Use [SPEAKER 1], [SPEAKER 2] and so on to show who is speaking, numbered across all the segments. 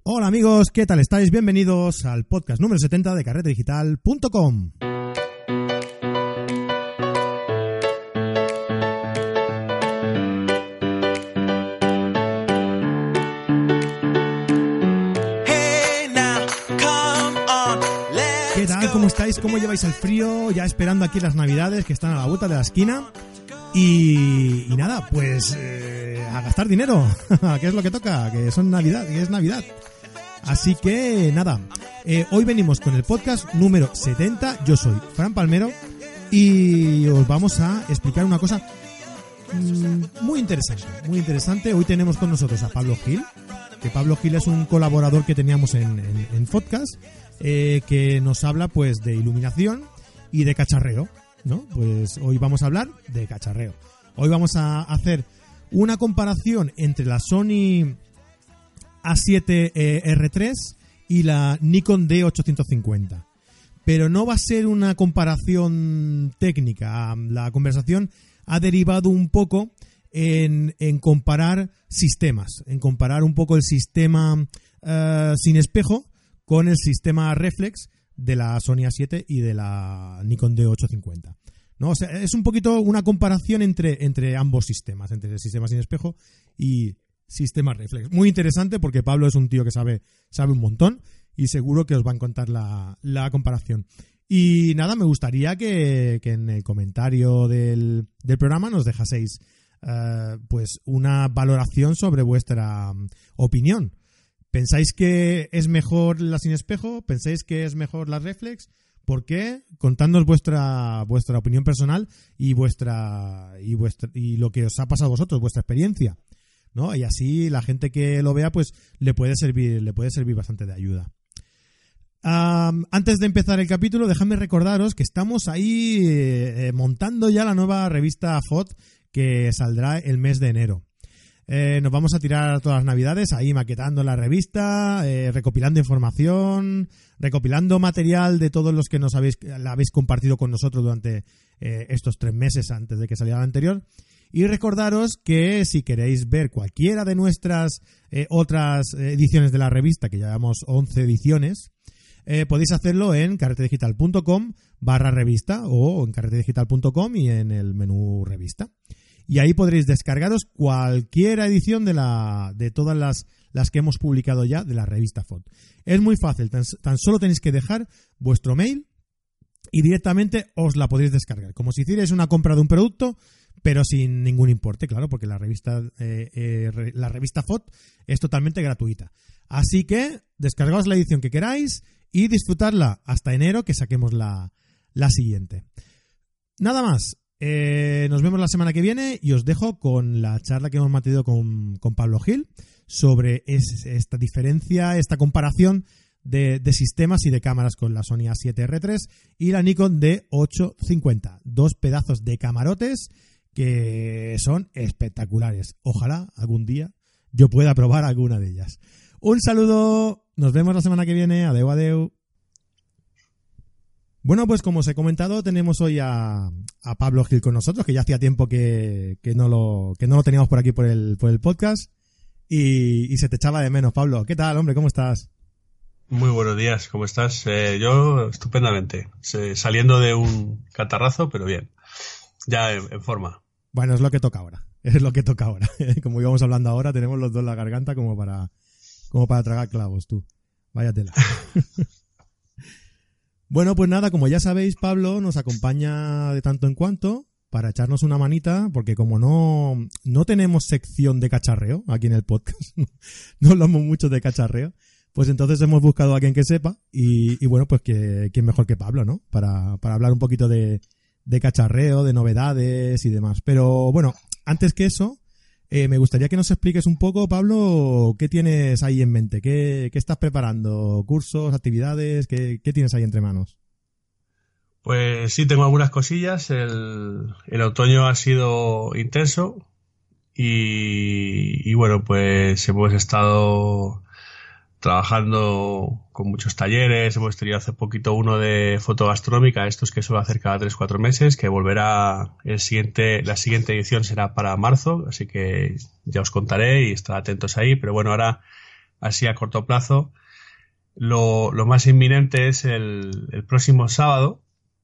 [SPEAKER 1] Hola amigos, ¿qué tal estáis? Bienvenidos al podcast número 70 de carretedigital.com. ¿Qué tal? ¿Cómo estáis? ¿Cómo lleváis el frío? Ya esperando aquí las navidades que están a la vuelta de la esquina. Y nada, pues a gastar dinero, que es lo que toca, que es Navidad. Así que nada, hoy venimos con el podcast número 70. Yo soy Fran Palmero y os vamos a explicar una cosa muy interesante. Hoy tenemos con nosotros a Pablo Gil, que Pablo Gil es un colaborador que teníamos en podcast, que nos habla pues de iluminación y de cacharreo, ¿no? Pues hoy vamos a hablar de cacharreo. Hoy vamos a hacer una comparación entre la Sony A7 R3 y la Nikon D850. Pero no va a ser una comparación técnica. La conversación ha derivado un poco en comparar sistemas, en comparar un poco el sistema sin espejo con el sistema reflex de la Sony A7 y de la Nikon D850. ¿No? O sea, es un poquito una comparación entre ambos sistemas, entre el sistema sin espejo y sistema reflex. Muy interesante porque Pablo es un tío que sabe un montón y seguro que os va a contar la comparación. Y nada, me gustaría que en el comentario del programa nos dejaseis pues una valoración sobre vuestra opinión. ¿Pensáis que es mejor la sin espejo? ¿Pensáis que es mejor la reflex? ¿Por qué? Contadnos vuestra opinión personal y lo que os ha pasado a vosotros, vuestra experiencia, ¿no? Y así la gente que lo vea pues le puede servir bastante de ayuda. Antes de empezar el capítulo, dejadme recordaros que estamos ahí montando ya la nueva revista FOT que saldrá el mes de enero. Nos vamos a tirar todas las navidades ahí maquetando la revista, recopilando información, recopilando material de todos los que la habéis compartido con nosotros durante estos 3 meses antes de que saliera la anterior. Y recordaros que si queréis ver cualquiera de nuestras otras ediciones de la revista, que llevamos 11 ediciones, podéis hacerlo en carretedigital.com/revista o en carretedigital.com y en el menú revista. Y ahí podréis descargaros cualquier edición de todas las que hemos publicado ya de la revista FOT. Es muy fácil, tan solo tenéis que dejar vuestro mail y directamente os la podréis descargar. Como si hicierais una compra de un producto, pero sin ningún importe, claro, porque la revista FOT es totalmente gratuita. Así que descargaos la edición que queráis y disfrutarla hasta enero, que saquemos la siguiente. Nada más. Nos vemos la semana que viene y os dejo con la charla que hemos mantenido con Pablo Gil sobre esta diferencia, esta comparación de sistemas y de cámaras con la Sony A7 R3 y la Nikon D850. 2 pedazos de camarotes que son espectaculares. Ojalá algún día yo pueda probar alguna de ellas. Un saludo, nos vemos la semana que viene. Adeu, adeu. Bueno, pues como os he comentado, tenemos hoy a Pablo Gil con nosotros, que ya hacía tiempo que no lo teníamos por aquí por el podcast y se te echaba de menos. Pablo, ¿qué tal, hombre? ¿Cómo estás?
[SPEAKER 2] Muy buenos días, ¿cómo estás? Yo estupendamente, saliendo de un catarrazo, pero bien, ya en forma.
[SPEAKER 1] Bueno, es lo que toca ahora. Como íbamos hablando ahora, tenemos los dos la garganta como para tragar clavos, tú. Vaya tela. Bueno, pues nada, como ya sabéis, Pablo nos acompaña de tanto en cuanto para echarnos una manita, porque como no tenemos sección de cacharreo aquí en el podcast, no hablamos mucho de cacharreo, pues entonces hemos buscado a alguien que sepa y bueno, pues quién mejor que Pablo, ¿no? Para hablar un poquito de cacharreo, de novedades y demás. Pero bueno, antes que eso, me gustaría que nos expliques un poco, Pablo, qué tienes ahí en mente, qué estás preparando, cursos, actividades, qué tienes ahí entre manos.
[SPEAKER 2] Pues sí, tengo algunas cosillas. El otoño ha sido intenso y bueno, pues hemos estado trabajando con muchos talleres. Hemos tenido hace poquito uno de fotogastronómica, estos que suelo hacer cada 3-4 meses, que volverá la siguiente edición será para marzo, así que ya os contaré y estad atentos ahí. Pero bueno, ahora así a corto plazo. Lo más inminente es el próximo sábado,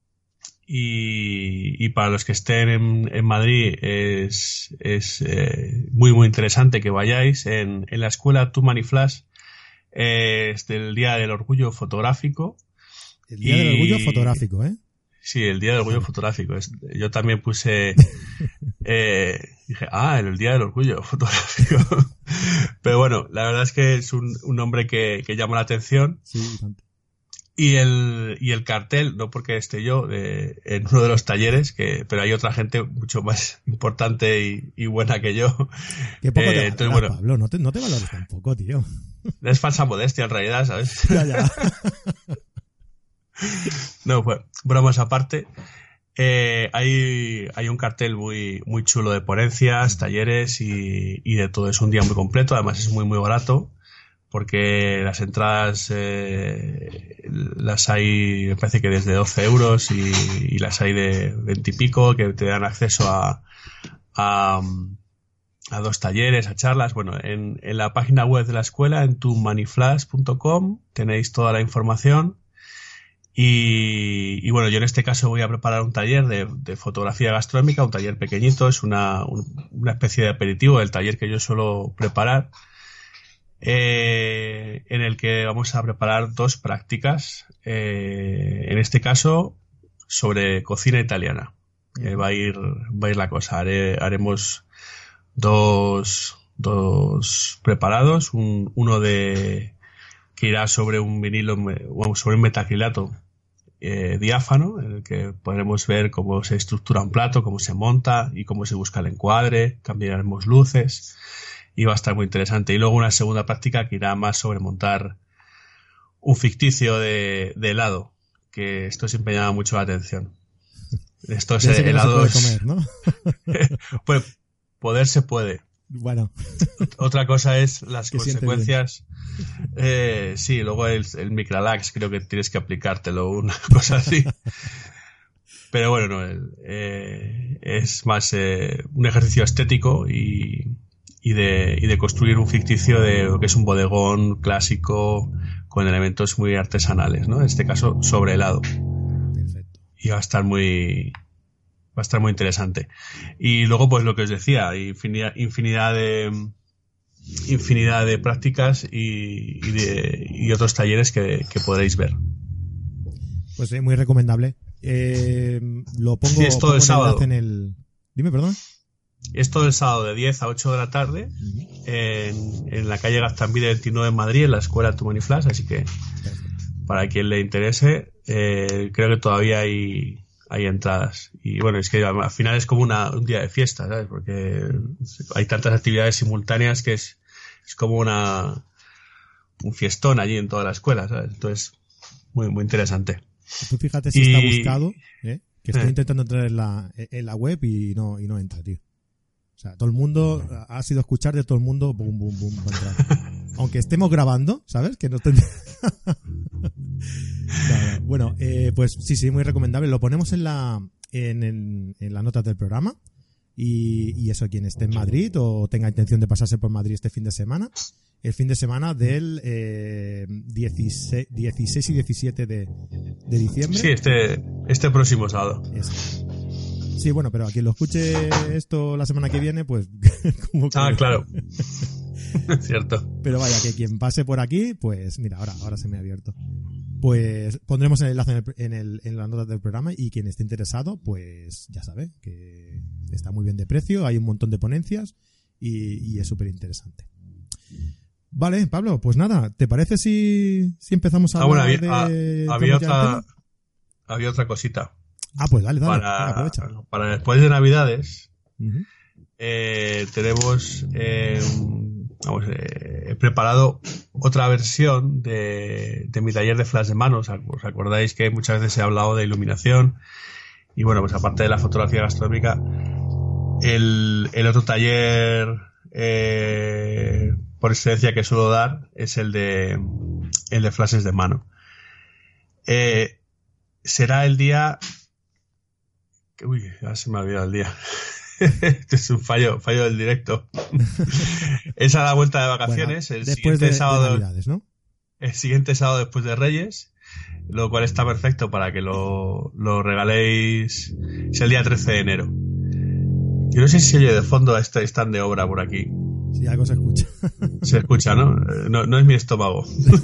[SPEAKER 2] y para los que estén en Madrid es muy muy interesante que vayáis. En la escuela Too Many Flash es del Día del Orgullo Fotográfico.
[SPEAKER 1] El Día del Orgullo Fotográfico, ¿eh?
[SPEAKER 2] Sí, el Día del Orgullo Fotográfico. Yo también puse... dije, el Día del Orgullo Fotográfico. Pero bueno, la verdad es que es un nombre que llama la atención.
[SPEAKER 1] Sí, bastante.
[SPEAKER 2] Y el cartel, no porque esté yo en uno de los talleres, pero hay otra gente mucho más importante y buena que yo.
[SPEAKER 1] Qué poco te valoras, Pablo, no te valores tampoco, tío.
[SPEAKER 2] Es falsa modestia en realidad, ¿sabes?
[SPEAKER 1] Ya.
[SPEAKER 2] No, pues, bromas aparte. Hay un cartel muy, muy chulo de ponencias, talleres y de todo. Es un día muy completo, además es muy, muy barato. Porque las entradas las hay, me parece que desde 12 euros y las hay de 20 y pico, que te dan acceso a 2 talleres, a charlas. Bueno, en la página web de la escuela, en toomaniflash.com, tenéis toda la información. Y bueno, yo en este caso voy a preparar un taller de fotografía gastronómica, un taller pequeñito, es una especie de aperitivo del taller que yo suelo preparar. En el que vamos a preparar 2 prácticas, en este caso sobre cocina italiana. Va a ir la cosa. Haremos dos preparados, uno que irá sobre un vinilo, sobre un metacrilato diáfano, en el que podremos ver cómo se estructura un plato, cómo se monta y cómo se busca el encuadre. Cambiaremos luces. Y va a estar muy interesante. Y luego una segunda práctica que irá más sobre montar un ficticio de helado, que esto siempre llama mucho la atención. Estos helados...
[SPEAKER 1] No se puede comer, ¿no?
[SPEAKER 2] Pues poder se puede.
[SPEAKER 1] Bueno.
[SPEAKER 2] Otra cosa es las consecuencias. Sí, luego el Micralax creo que tienes que aplicártelo, una cosa así. Pero bueno, es más un ejercicio estético y de construir un ficticio de lo que es un bodegón clásico con elementos muy artesanales, ¿no? En este caso, sobre helado.
[SPEAKER 1] Perfecto.
[SPEAKER 2] Y va a estar muy interesante. Y luego, pues lo que os decía, infinidad de prácticas y otros talleres que podréis ver.
[SPEAKER 1] Pues muy recomendable. Lo pongo,
[SPEAKER 2] sí, es todo el sábado.
[SPEAKER 1] Dime, perdón.
[SPEAKER 2] Es todo el sábado de 10 a 8 de la tarde en la calle Gaztambide 29 en Madrid, en la escuela Too Many Flash, así que para quien le interese, creo que todavía hay entradas. Y bueno, es que al final es como un día de fiesta, ¿sabes? Porque hay tantas actividades simultáneas que es como un fiestón allí en toda la escuela, ¿sabes? Entonces, muy, muy interesante.
[SPEAKER 1] Tú fíjate si está buscado, que estoy intentando entrar en la web y no entra, tío. O sea, todo el mundo ha sido escuchar de todo el mundo, boom, boom, boom, va a entrar. Aunque estemos grabando, ¿sabes? Que no te... no. Bueno, pues sí, muy recomendable. Lo ponemos en las notas del programa. Y eso, quien esté en Madrid o tenga intención de pasarse por Madrid este fin de semana, el fin de semana del 16 y 17 de diciembre.
[SPEAKER 2] Sí, este próximo sábado.
[SPEAKER 1] Eso. Sí, bueno, pero a quien lo escuche esto la semana que viene, pues... como que...
[SPEAKER 2] claro. Cierto.
[SPEAKER 1] Pero vaya, que quien pase por aquí, pues mira, ahora se me ha abierto. Pues pondremos el enlace en las notas del programa y quien esté interesado, pues ya sabe que está muy bien de precio, hay un montón de ponencias y es súper interesante. Vale, Pablo, pues nada, ¿te parece si empezamos a hablar
[SPEAKER 2] había otra cosita.
[SPEAKER 1] Pues dale, aprovecha.
[SPEAKER 2] Para después de Navidades,
[SPEAKER 1] uh-huh.
[SPEAKER 2] Tenemos he preparado otra versión de mi taller de flash de mano. ¿Os acordáis que muchas veces he hablado de iluminación? Y bueno, pues aparte de la fotografía gastronómica, el otro taller por excelencia que suelo dar es el de flashes de mano. Será el día... Uy, ya se me ha olvidado el día. Este es un fallo del directo. Es a la vuelta de vacaciones,
[SPEAKER 1] bueno,
[SPEAKER 2] el
[SPEAKER 1] después
[SPEAKER 2] siguiente sábado.
[SPEAKER 1] de Navidades, ¿no?
[SPEAKER 2] El siguiente sábado después de Reyes, lo cual está perfecto para que lo regaléis. Es el día 13 de enero. Yo no sé si se oye de fondo, están de obra por aquí.
[SPEAKER 1] Sí, algo se escucha.
[SPEAKER 2] Se escucha, ¿no? No es mi estómago.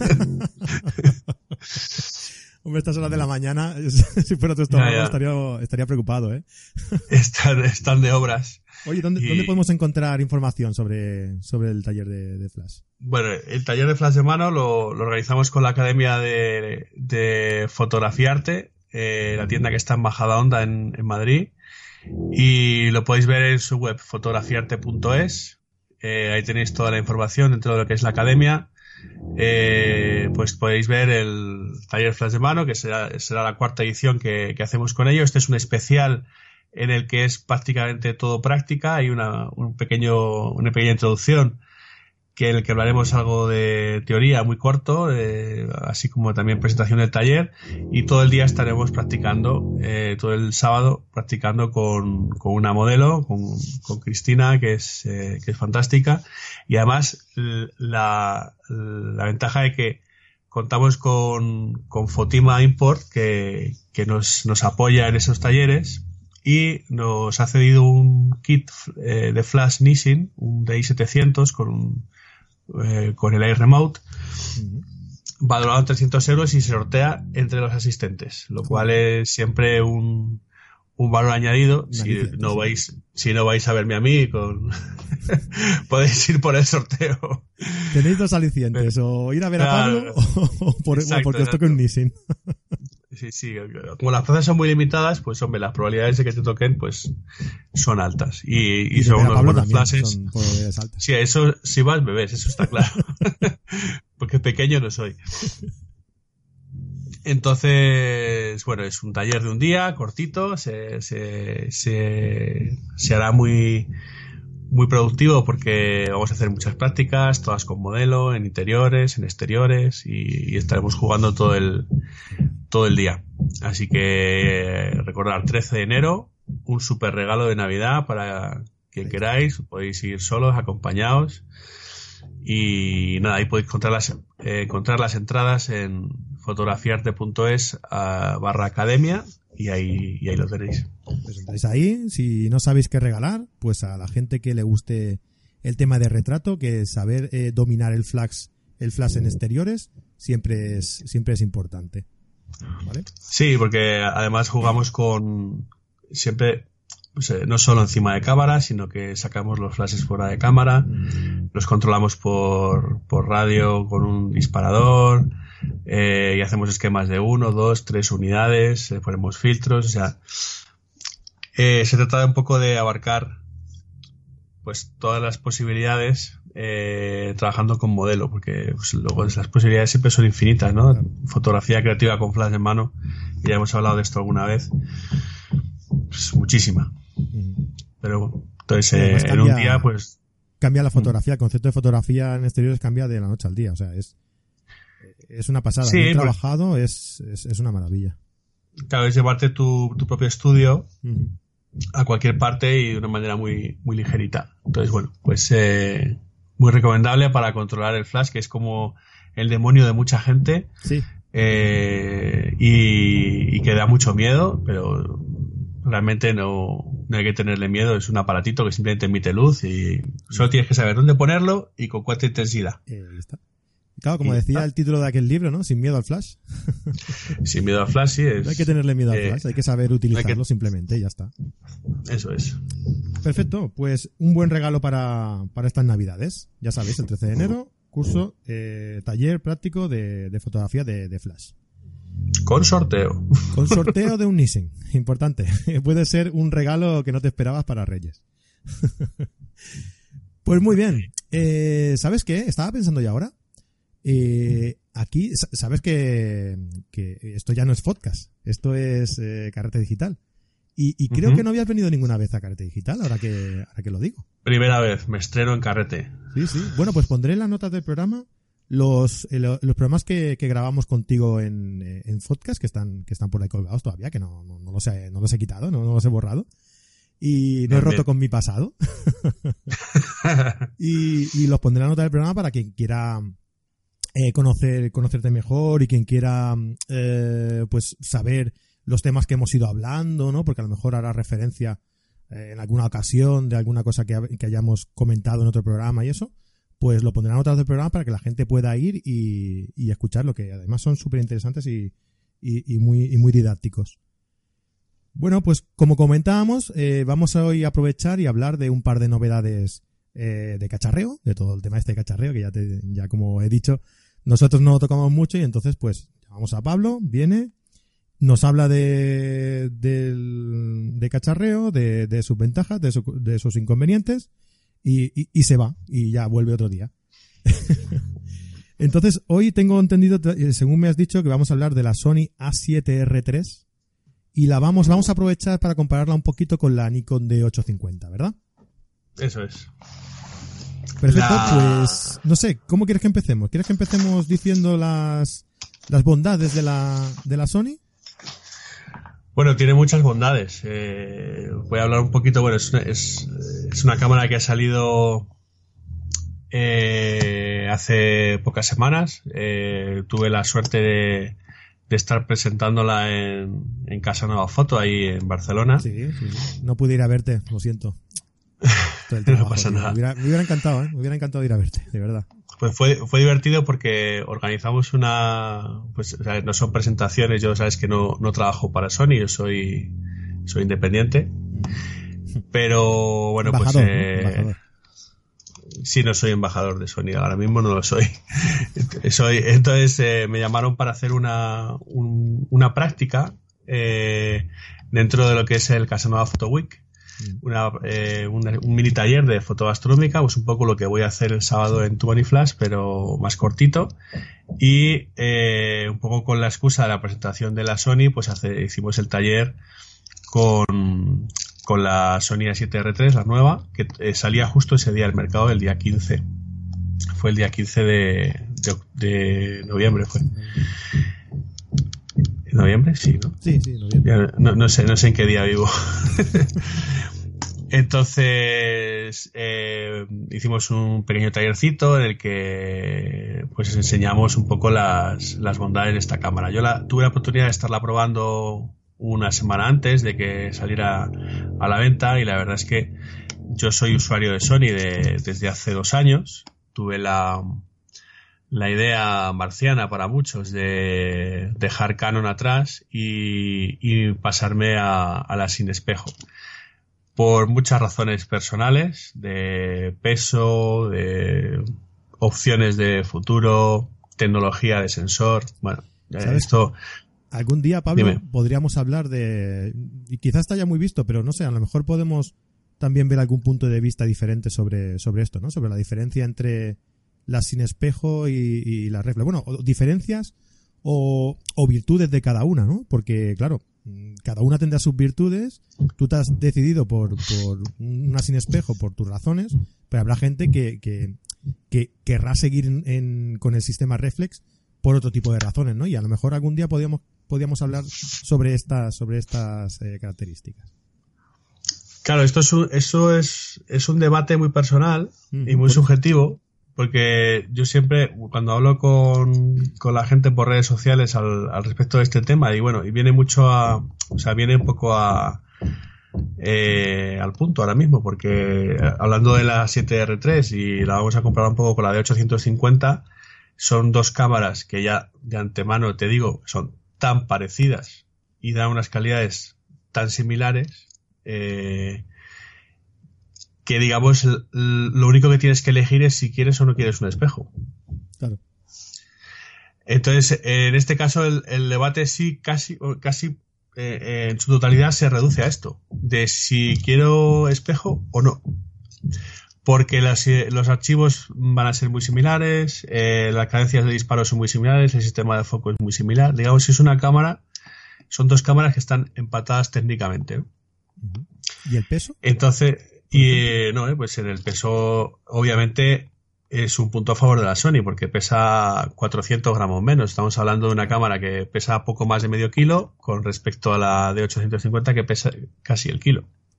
[SPEAKER 1] Hombre, estas horas de la mañana, si fuera tu estómago, estaría preocupado, ¿eh?
[SPEAKER 2] Están de obras.
[SPEAKER 1] Oye, ¿dónde podemos encontrar información sobre el taller de Flash?
[SPEAKER 2] Bueno, el taller de Flash de mano lo organizamos con la Academia de Fotografiarte, la tienda que está en Majadahonda en Madrid, y lo podéis ver en su web fotografiarte.es. Ahí tenéis toda la información dentro de lo que es la academia. Pues podéis ver el taller Flash de mano, que será la cuarta edición que hacemos con ello. Este es un especial en el que es prácticamente todo práctica. Hay una pequeña introducción en el que hablaremos algo de teoría muy corto, así como también presentación del taller, y todo el día estaremos practicando, todo el sábado practicando con una modelo, con Cristina, que es fantástica, y además la ventaja de que contamos con Fotima Import, que nos apoya en esos talleres, y nos ha cedido un kit de Flash Nissin, un DI700 con el Air Remote, valorado en 300 euros, y se sortea entre los asistentes, lo cual es siempre un valor añadido. Si no vais a verme a mí, podéis ir por el sorteo.
[SPEAKER 1] Tenéis dos alicientes, o ir a ver a Pablo o porque os toque un Nissin.
[SPEAKER 2] Sí, como las plazas son muy limitadas, pues hombre, las probabilidades de que te toquen pues son altas, y son unos buenos flashes. Sí, eso, si vas, bebés, eso está claro. Porque pequeño no soy. Entonces, bueno, es un taller de un día, cortito, se hará muy productivo, porque vamos a hacer muchas prácticas, todas con modelo, en interiores, en exteriores, y estaremos jugando todo el día. Así que recordar, 13 de enero, un super regalo de Navidad para quien queráis. Podéis ir solos, acompañados, y nada, ahí podéis encontrar las entradas en fotografiarte.es /academia, y ahí lo tenéis.
[SPEAKER 1] Pues entráis ahí. Si no sabéis qué regalar, pues a la gente que le guste el tema de retrato, que saber dominar el flash en exteriores siempre es importante, ¿vale? Sí,
[SPEAKER 2] porque además jugamos siempre, no solo encima de cámara, sino que sacamos los flashes fuera de cámara, los controlamos por radio con un disparador, y hacemos esquemas de 1, 2, 3 unidades, ponemos filtros, o sea, se trata un poco de abarcar pues todas las posibilidades, trabajando con modelo, porque pues, luego las posibilidades siempre son infinitas, ¿no? Fotografía creativa con flash en mano, y ya hemos hablado de esto alguna vez, pues muchísima. Pero bueno, entonces en un día pues
[SPEAKER 1] cambia la fotografía, el concepto de fotografía en exteriores cambia de la noche al día, o sea, es una pasada.
[SPEAKER 2] Sí,
[SPEAKER 1] bien trabajado, es una maravilla.
[SPEAKER 2] Claro, es llevarte tu propio estudio a cualquier parte, y de una manera muy, muy ligerita. Entonces, bueno, pues muy recomendable para controlar el flash, que es como el demonio de mucha gente.
[SPEAKER 1] Sí.
[SPEAKER 2] Y que da mucho miedo, pero realmente no hay que tenerle miedo. Es un aparatito que simplemente emite luz, y solo tienes que saber dónde ponerlo y con cuánta intensidad.
[SPEAKER 1] Ahí está. Claro, como decía el título de aquel libro, ¿no? Sin miedo al flash.
[SPEAKER 2] Sin miedo al flash, sí.
[SPEAKER 1] No hay que tenerle miedo al flash, hay que saber utilizarlo simplemente, y ya está.
[SPEAKER 2] Eso es.
[SPEAKER 1] Perfecto, pues un buen regalo para estas Navidades. Ya sabéis, el 13 de enero, curso, taller práctico de fotografía de flash.
[SPEAKER 2] Con sorteo.
[SPEAKER 1] Con sorteo de un Nissin, importante. Puede ser un regalo que no te esperabas para Reyes. Pues muy bien. ¿Sabes qué? Estaba pensando ya ahora. Aquí, sabes que esto ya no es podcast, esto es Carrete Digital. Y creo que no habías venido ninguna vez a Carrete Digital, ahora que lo digo.
[SPEAKER 2] Primera vez, me estreno en Carrete.
[SPEAKER 1] Sí. Bueno, pues pondré en las notas del programa los programas que grabamos contigo en podcast, que están por ahí colgados todavía, que no los he quitado, no los he borrado. y no he roto con mi pasado. y los pondré en la nota del programa para quien quiera conocerte mejor y quien quiera pues saber los temas que hemos ido hablando, ¿no? Porque a lo mejor hará referencia en alguna ocasión de alguna cosa que hayamos comentado en otro programa y eso, pues lo pondré en notas del programa para que la gente pueda ir y escucharlo, que además son súper interesantes y muy didácticos. Bueno, pues como comentábamos, vamos a hoy aprovechar y hablar de un par de novedades de cacharreo, de todo el tema este de cacharreo, que ya como he dicho, nosotros no lo tocamos mucho y entonces pues llamamos a Pablo, viene, nos habla de cacharreo, de sus ventajas, de sus inconvenientes y se va y ya vuelve otro día. Entonces hoy tengo entendido, según me has dicho, que vamos a hablar de la Sony A7R3 y vamos a aprovechar para compararla un poquito con la Nikon D850, ¿verdad?
[SPEAKER 2] Eso es.
[SPEAKER 1] Perfecto, pues no sé, ¿cómo quieres que empecemos? ¿Quieres que empecemos diciendo las bondades de la Sony?
[SPEAKER 2] Bueno, tiene muchas bondades. Voy a hablar un poquito. Bueno, es una cámara que ha salido hace pocas semanas. Tuve la suerte de estar presentándola en Casa Nova Foto, ahí en Barcelona.
[SPEAKER 1] Sí. No pude ir a verte, lo siento.
[SPEAKER 2] No pasa nada.
[SPEAKER 1] Me hubiera encantado, me hubiera encantado ir a verte, de verdad.
[SPEAKER 2] Pues fue divertido porque organizamos pues o sea, no son presentaciones, yo sabes que no trabajo para Sony, yo soy independiente, pero bueno,
[SPEAKER 1] embajador,
[SPEAKER 2] pues
[SPEAKER 1] embajador.
[SPEAKER 2] Sí, no soy embajador de Sony, ahora mismo no lo soy. Entonces me llamaron para hacer una práctica dentro de lo que es el Casanova Photo Week. Un mini taller de fotogastronómica, pues un poco lo que voy a hacer el sábado en Tubani Flash, pero más cortito, y un poco con la excusa de la presentación de la Sony, pues hicimos el taller con la Sony A7R3, la nueva, que salía justo ese día al mercado, el día 15. Fue el día 15 de noviembre, fue. ¿Noviembre? Sí, ¿no?
[SPEAKER 1] Sí, noviembre.
[SPEAKER 2] No sé en qué día vivo. Entonces hicimos un pequeño tallercito en el que pues enseñamos un poco las bondades de esta cámara. Yo tuve la oportunidad de estarla probando una semana antes de que saliera a la venta y la verdad es que yo soy usuario de Sony desde hace 2 años. Tuve la idea marciana para muchos de dejar Canon atrás y pasarme a la sin espejo. Por muchas razones personales, de peso, de opciones de futuro, tecnología de sensor. Bueno, esto...
[SPEAKER 1] Algún día, Pablo,
[SPEAKER 2] Dime.
[SPEAKER 1] podríamos hablar y quizás está ya muy visto, pero no sé, a lo mejor podemos también ver algún punto de vista diferente sobre esto, ¿no? Sobre la diferencia entre la sin espejo y la reflex. Bueno, diferencias o virtudes de cada una, ¿no? Porque, claro, cada una tendrá sus virtudes. Tú te has decidido por una sin espejo por tus razones, pero habrá gente que querrá seguir con el sistema reflex por otro tipo de razones, ¿no? Y a lo mejor algún día podíamos hablar sobre estas características.
[SPEAKER 2] Claro, eso es un debate muy personal y muy subjetivo, porque yo siempre, cuando hablo con la gente por redes sociales al respecto de este tema, y bueno, y viene un poco al punto ahora mismo, porque hablando de la 7R3 y la vamos a comparar un poco con la de 850, son 2 cámaras que ya de antemano te digo son tan parecidas y dan unas calidades tan similares que digamos lo único que tienes que elegir es si quieres o no quieres un espejo.
[SPEAKER 1] Claro.
[SPEAKER 2] Entonces en este caso el debate sí casi en su totalidad se reduce a esto de si quiero espejo o no, porque los archivos van a ser muy similares, las cadencias de disparo son muy similares, el sistema de foco es muy similar. Digamos, si es una cámara, son 2 cámaras que están empatadas técnicamente, ¿no?
[SPEAKER 1] ¿Y el peso?
[SPEAKER 2] Entonces, pues en el peso, obviamente, es un punto a favor de la Sony, porque pesa 400 gramos menos. Estamos hablando de una cámara que pesa poco más de medio kilo, con respecto a la de 850 que pesa casi el kilo.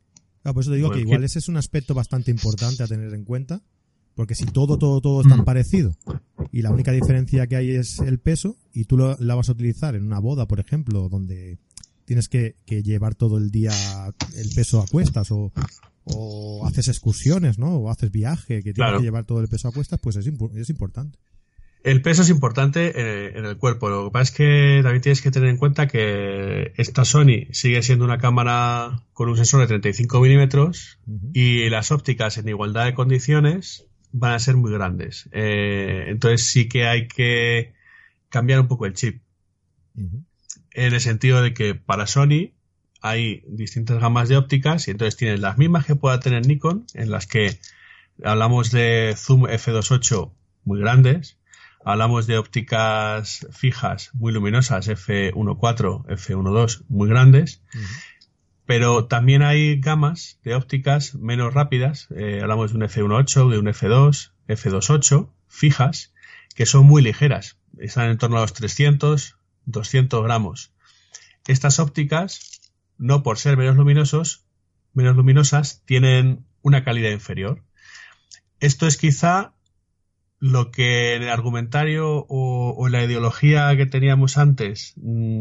[SPEAKER 1] Por eso te digo que igual ese es un aspecto bastante importante a tener en cuenta, porque si todo es tan parecido y la única diferencia que hay es el peso y tú la vas a utilizar en una boda, por ejemplo, donde tienes que llevar todo el día el peso a cuestas o haces excursiones, ¿no? O haces viaje que tienes que llevar todo el peso a cuestas, pues es importante.
[SPEAKER 2] El peso es importante en el cuerpo. Lo que pasa es que también tienes que tener en cuenta que esta Sony sigue siendo una cámara con un sensor de 35 milímetros y las ópticas en igualdad de condiciones van a ser muy grandes. Entonces sí que hay que cambiar un poco el chip. En el sentido de que para Sony hay distintas gamas de ópticas y entonces tienes las mismas que pueda tener Nikon, en las que hablamos de zoom f2.8 muy grandes. Hablamos de ópticas fijas muy luminosas, f1.4, f1.2 muy grandes, pero también hay gamas de ópticas menos rápidas, hablamos de un f1.8, de un f2, f2.8, fijas, que son muy ligeras, están en torno a los 300, 200 gramos. Estas ópticas, no por ser menos luminosas, tienen una calidad inferior. Esto es quizá lo que en el argumentario o en la ideología que teníamos antes,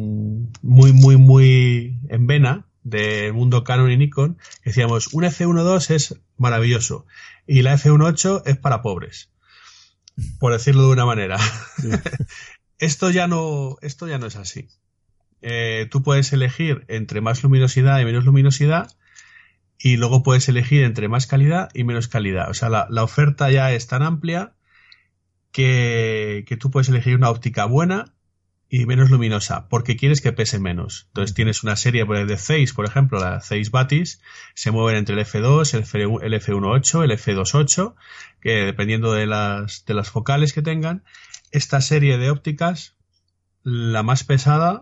[SPEAKER 2] muy en vena, del mundo Canon y Nikon, decíamos, un F1.2 es maravilloso y la F1.8 es para pobres, por decirlo de una manera. Sí. Esto ya no es así. Tú puedes elegir entre más luminosidad y menos luminosidad y luego puedes elegir entre más calidad y menos calidad. O sea, la oferta ya es tan amplia que tú puedes elegir una óptica buena y menos luminosa, porque quieres que pese menos. Entonces tienes una serie de Zeiss, por ejemplo, la Zeiss Batis, se mueven entre el F2, el F1.8, el F2.8, que dependiendo de las focales que tengan. Esta serie de ópticas, la más pesada,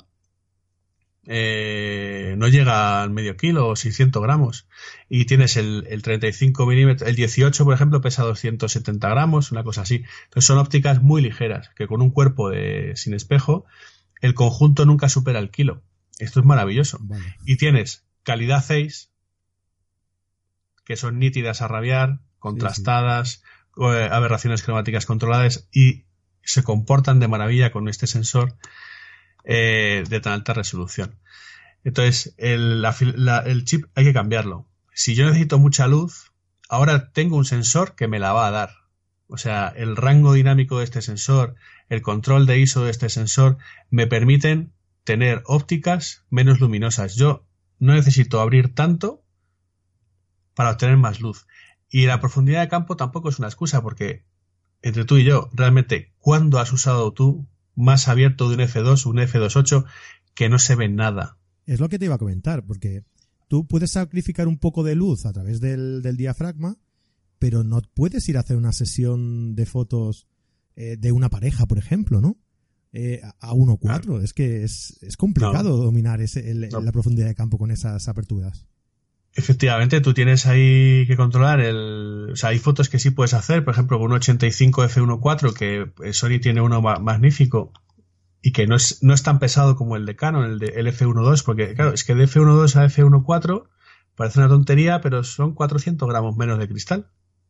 [SPEAKER 2] no llega al medio kilo o 600 gramos. Y tienes el 35 milímetros, el 18, por ejemplo, pesa 270 gramos, una cosa así. Entonces son ópticas muy ligeras, que con un cuerpo sin espejo, el conjunto nunca supera el kilo. Esto es maravilloso. Vale. Y tienes calidad Zeiss, que son nítidas a rabiar, contrastadas, sí. Aberraciones cromáticas controladas, y se comportan de maravilla con este sensor de tan alta resolución. Entonces el chip hay que cambiarlo. Si yo necesito mucha luz, ahora tengo un sensor que me la va a dar. O sea, el rango dinámico de este sensor, el control de ISO de este sensor me permiten tener ópticas menos luminosas. Yo no necesito abrir tanto para obtener más luz. Y la profundidad de campo tampoco es una excusa, porque entre tú y yo, realmente, ¿cuándo has usado tú más abierto de un F2 o un F2.8 que no se ve nada?
[SPEAKER 1] Es lo que te iba a comentar, porque tú puedes sacrificar un poco de luz a través del diafragma, pero no puedes ir a hacer una sesión de fotos de una pareja, por ejemplo, ¿no? A 1.4. Claro. Es que es complicado dominar la profundidad de campo con esas aperturas.
[SPEAKER 2] Efectivamente, tú tienes ahí que controlar o sea, hay fotos que sí puedes hacer, por ejemplo, con un 85 f1.4, que Sony tiene uno magnífico y que no es tan pesado como el de Canon, el f1.2, porque claro, es que de f1.2 a f1.4 parece una tontería, pero son 400 gramos menos de cristal.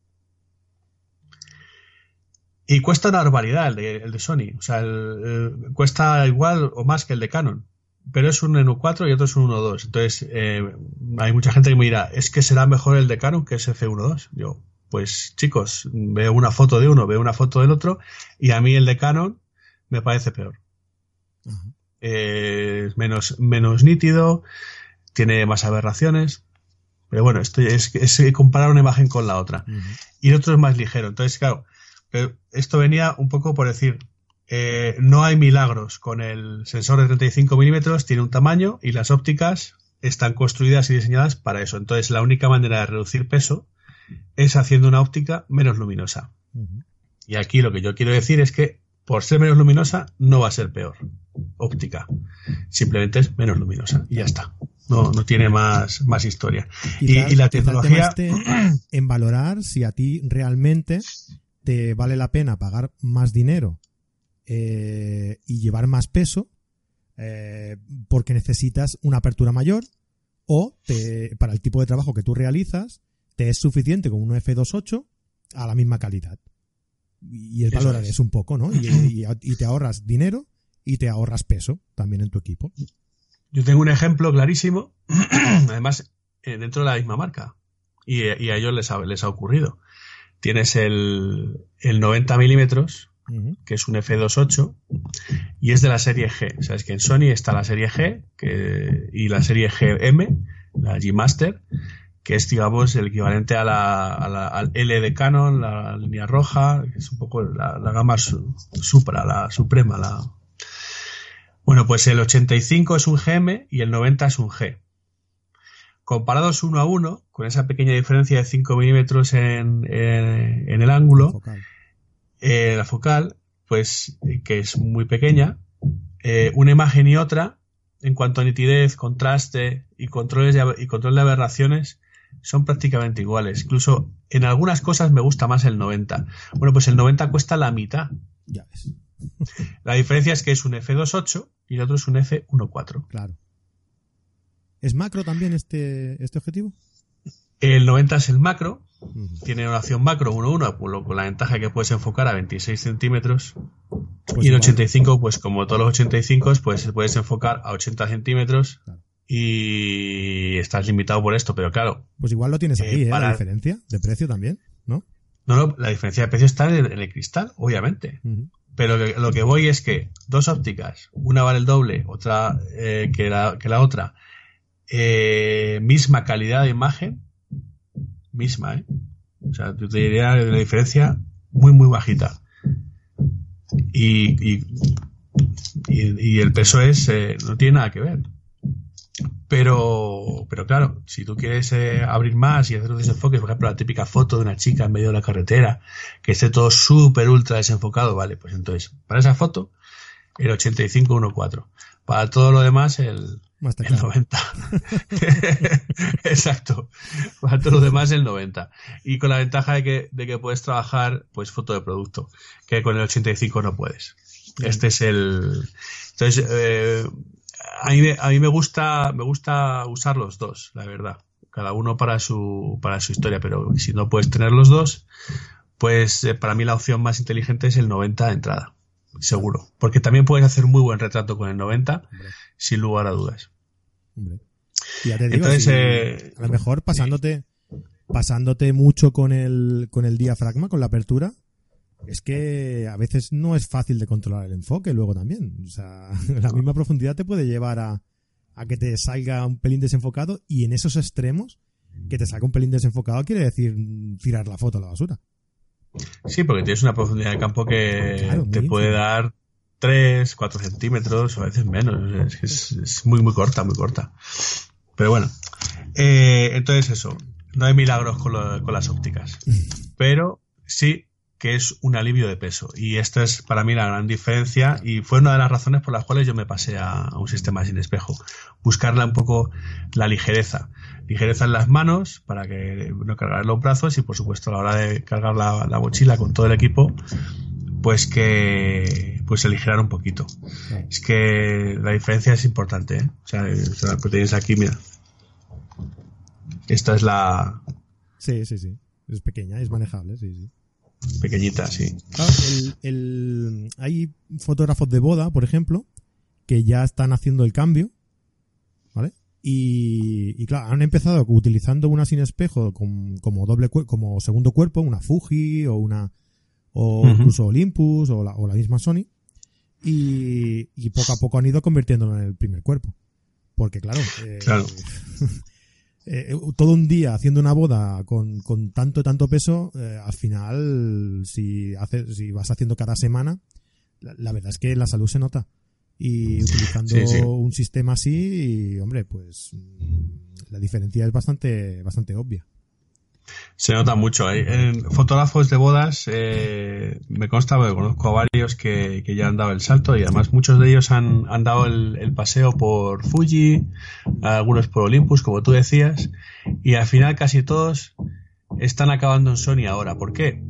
[SPEAKER 2] Y cuesta una barbaridad el de Sony, o sea, cuesta igual o más que el de Canon. Pero es un N4 y otro es un 1.2. Entonces, hay mucha gente que me dirá, es que será mejor el de Canon que ese F1.2. Yo, pues chicos, veo una foto de uno, veo una foto del otro, y a mí el de Canon me parece peor. Uh-huh. Es menos nítido, tiene más aberraciones, pero bueno, esto es comparar una imagen con la otra. Uh-huh. Y el otro es más ligero. Entonces, claro, esto venía un poco por decir, no hay milagros con el sensor de 35 milímetros, tiene un tamaño y las ópticas están construidas y diseñadas para eso. Entonces la única manera de reducir peso es haciendo una óptica menos luminosa. Uh-huh. Y aquí lo que yo quiero decir es que por ser menos luminosa no va a ser peor óptica, simplemente es menos luminosa y ya está. No tiene más historia. Y la tecnología
[SPEAKER 1] en valorar si a ti realmente te vale la pena pagar más dinero y llevar más peso porque necesitas una apertura mayor, o para el tipo de trabajo que tú realizas, te es suficiente con un f2.8 a la misma calidad. Y es valorar eso un poco, ¿no? Y te ahorras dinero y te ahorras peso también en tu equipo.
[SPEAKER 2] Yo tengo un ejemplo clarísimo, además dentro de la misma marca, y a ellos les ha ocurrido. Tienes el 90 milímetros, que es un f2.8, y es de la serie G. Sabes que en Sony está la serie G y la serie GM, la G Master, que es, digamos, el equivalente al L de Canon, la línea roja, que es un poco la gama supra, la suprema. Bueno, pues el 85 es un GM y el 90 es un G. Comparados uno a uno, con esa pequeña diferencia de 5 milímetros en el ángulo, la focal, pues que es muy pequeña, una imagen y otra, en cuanto a nitidez, contraste y control de aberraciones, son prácticamente iguales. Incluso en algunas cosas me gusta más el 90. Bueno, pues el 90 cuesta la mitad.
[SPEAKER 1] Ya ves.
[SPEAKER 2] La diferencia es que es un f2.8 y el otro es un f1.4.
[SPEAKER 1] Claro. ¿Es macro también este objetivo?
[SPEAKER 2] El 90 es el macro, tiene una opción macro 1.1, con la ventaja que puedes enfocar a 26 centímetros. Pues y el 85, pues como todos los 85, pues puedes enfocar a 80 centímetros. Claro. Y estás limitado por esto, pero claro.
[SPEAKER 1] Pues igual lo tienes ahí, la diferencia de precio también, ¿no?
[SPEAKER 2] No, la diferencia de precio está en el cristal, obviamente. Pero lo que voy es que dos ópticas, una vale el doble, otra que la otra, misma calidad de imagen, misma, o sea, yo te diría la diferencia muy, muy bajita. Y el peso no tiene nada que ver. Pero claro, si tú quieres abrir más y hacer un desenfoque, por ejemplo, la típica foto de una chica en medio de la carretera, que esté todo súper ultra desenfocado, vale, pues entonces, para esa foto, el 85 1.4. Para todo lo demás, el 90. Exacto. Para todo lo demás, el 90. Y con la ventaja de que puedes trabajar, pues, foto de producto, que con el 85 no puedes. Este es el... Entonces, a mí me gusta usar los dos, la verdad. Cada uno para su historia, pero si no puedes tener los dos, pues para mí la opción más inteligente es el 90 de entrada, seguro. Porque también puedes hacer un muy buen retrato con el 90, sin lugar a dudas.
[SPEAKER 1] Hombre. Ya te digo, entonces, a lo mejor pasándote mucho con el diafragma, con la apertura, es que a veces no es fácil de controlar el enfoque luego también. O sea, la misma profundidad te puede llevar a que te salga un pelín desenfocado, y en esos extremos, que te salga un pelín desenfocado quiere decir tirar la foto a la basura.
[SPEAKER 2] Sí, porque tienes una profundidad de campo que te puede dar 3, 4 centímetros o a veces menos. Es muy, muy corta, muy corta. Pero bueno, entonces eso, no hay milagros con las ópticas. Pero sí que es un alivio de peso, y esta es para mí la gran diferencia, y fue una de las razones por las cuales yo me pasé a un sistema sin espejo, buscarla un poco la ligereza en las manos para que no cargar los brazos, y por supuesto a la hora de cargar la mochila con todo el equipo, pues que aligerar un poquito. Es que la diferencia es importante, ¿eh? O sea, lo que tienes aquí, mira, esta es la...
[SPEAKER 1] Sí, es pequeña, es manejable, sí.
[SPEAKER 2] Pequeñita, sí.
[SPEAKER 1] Claro, hay fotógrafos de boda, por ejemplo, que ya están haciendo el cambio, ¿vale? Y claro, han empezado utilizando una sin espejo como segundo cuerpo, una Fuji o incluso Olympus o la misma Sony, y poco a poco han ido convirtiéndolo en el primer cuerpo. Porque claro. Todo un día haciendo una boda con tanto peso, al final si vas haciendo cada semana, la verdad es que la salud se nota, y utilizando un sistema así, hombre, pues la diferencia es bastante obvia.
[SPEAKER 2] Se nota mucho. En fotógrafos de bodas me consta, porque conozco a varios que ya han dado el salto, y además muchos de ellos han dado el paseo por Fuji, algunos por Olympus, como tú decías, y al final casi todos están acabando en Sony ahora. ¿Por qué?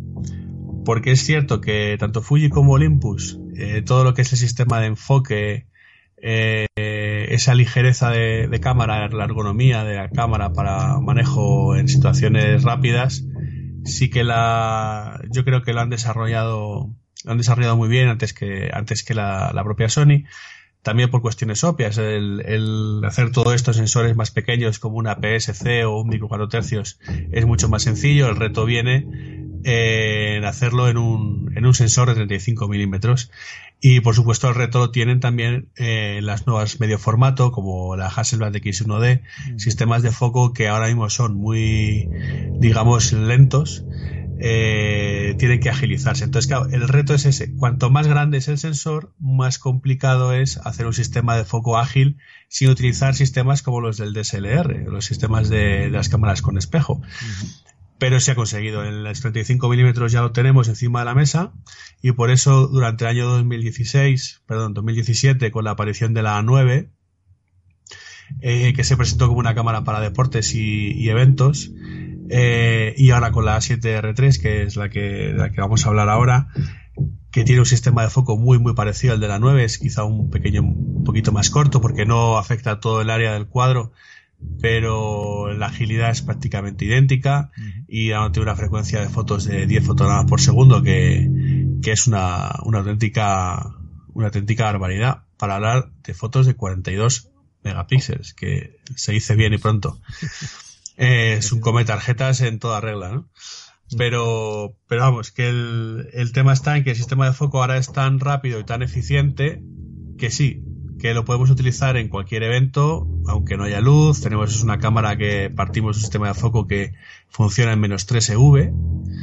[SPEAKER 2] Porque es cierto que tanto Fuji como Olympus, todo lo que es el sistema de enfoque, esa ligereza de cámara, la ergonomía de la cámara para manejo en situaciones rápidas, sí que yo creo que lo han desarrollado muy bien antes que la propia Sony. También por cuestiones obvias, el hacer todos estos sensores más pequeños como una PSC o un micro 4 tercios es mucho más sencillo. El reto viene en hacerlo en un sensor de 35 milímetros. Y por supuesto el reto lo tienen también las nuevas medio formato como la Hasselblad X1D, sistemas de foco que ahora mismo son muy, digamos, lentos. Tienen que agilizarse. Entonces, claro, el reto es ese. Cuanto más grande es el sensor, más complicado es hacer un sistema de foco ágil sin utilizar sistemas como los del DSLR, los sistemas de las cámaras con espejo. Pero se ha conseguido. En los 35 milímetros ya lo tenemos encima de la mesa y por eso durante el año 2017, con la aparición de la A9, que se presentó como una cámara para deportes y eventos, y ahora con la A7R3, que es la que vamos a hablar ahora, que tiene un sistema de foco muy muy parecido al de la 9, es quizá un poquito más corto porque no afecta a todo el área del cuadro, pero la agilidad es prácticamente idéntica y tiene una frecuencia de fotos de 10 fotogramas por segundo que es una auténtica barbaridad para hablar de fotos de 42 megapíxeles, que se dice bien y pronto. Es un come tarjetas en toda regla, ¿no? Pero vamos, que el tema está en que el sistema de foco ahora es tan rápido y tan eficiente que sí, que lo podemos utilizar en cualquier evento, aunque no haya luz. Tenemos una cámara que partimos un sistema de foco que funciona en -3 EV,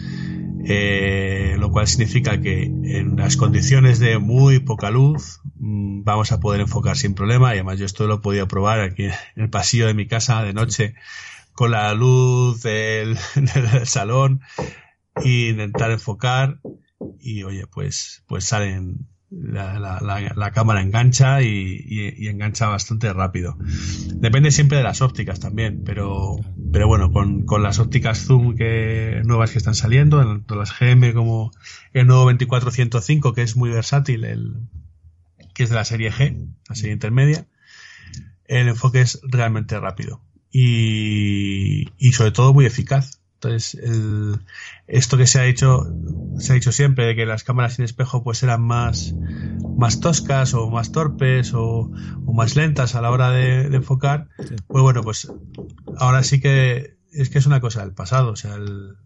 [SPEAKER 2] lo cual significa que en las condiciones de muy poca luz vamos a poder enfocar sin problema. Y además yo esto lo he podido probar aquí en el pasillo de mi casa de noche con la luz del salón e intentar enfocar y oye, pues salen la cámara engancha y engancha bastante rápido. Depende siempre de las ópticas también, pero bueno, con las ópticas zoom nuevas que están saliendo, tanto las GM como el nuevo 24-105, que es muy versátil, que es de la serie G, la serie intermedia, el enfoque es realmente rápido y sobre todo muy eficaz. Entonces, esto que se ha hecho siempre de que las cámaras sin espejo pues eran más toscas o más torpes o más lentas a la hora de enfocar, sí. Pues bueno, pues ahora sí que es una cosa del pasado. O sea,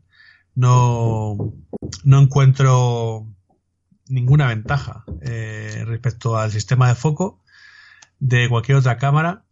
[SPEAKER 2] no encuentro ninguna ventaja respecto al sistema de foco de cualquier otra cámara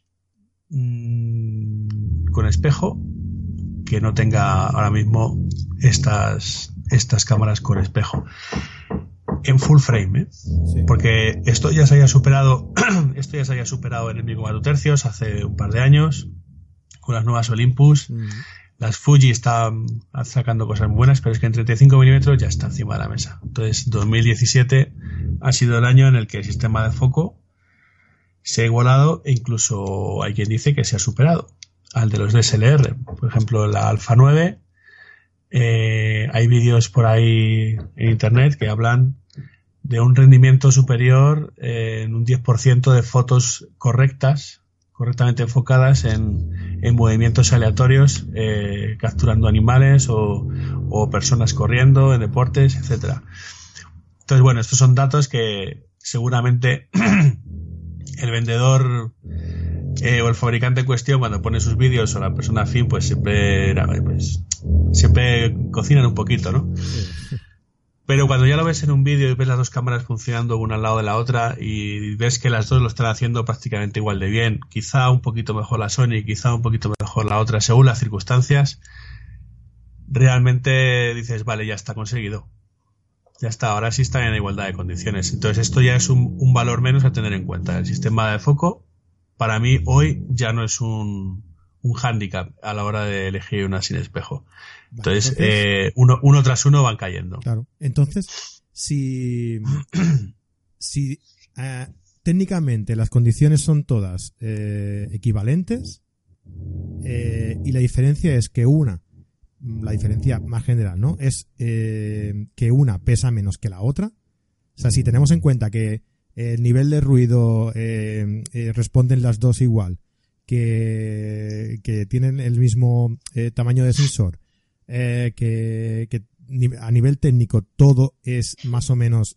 [SPEAKER 2] con espejo que no tenga ahora mismo estas cámaras con espejo en full frame, sí. Porque esto ya se había superado en el micro 4 tercios hace un par de años con las nuevas Olympus. Las Fuji están sacando cosas buenas, pero es que en 35 milímetros ya está encima de la mesa. Entonces 2017 ha sido el año en el que el sistema de foco se ha igualado e incluso hay quien dice que se ha superado al de los DSLR. Por ejemplo, la Alpha 9, hay vídeos por ahí en internet que hablan de un rendimiento superior en un 10% de fotos correctamente enfocadas en movimientos aleatorios, capturando animales o personas corriendo en deportes, etcétera. Entonces, bueno, estos son datos que seguramente el vendedor o el fabricante en cuestión, cuando pone sus vídeos, o la persona afín, pues siempre cocinan un poquito, ¿no? Pero cuando ya lo ves en un vídeo y ves las dos cámaras funcionando una al lado de la otra y ves que las dos lo están haciendo prácticamente igual de bien, quizá un poquito mejor la Sony, quizá un poquito mejor la otra, según las circunstancias, realmente dices, vale, ya está conseguido. Ya está, ahora sí están en igualdad de condiciones. Entonces esto ya es un valor menos a tener en cuenta. El sistema de foco, para mí, hoy ya no es un hándicap a la hora de elegir una sin espejo. Entonces, uno tras uno van cayendo.
[SPEAKER 1] Claro. Entonces, si técnicamente las condiciones son todas equivalentes, y la diferencia es que la diferencia más general, ¿no? Es que una pesa menos que la otra. O sea, si tenemos en cuenta que el nivel de ruido responden las dos igual, que tienen el mismo tamaño de sensor, que a nivel técnico todo es más o menos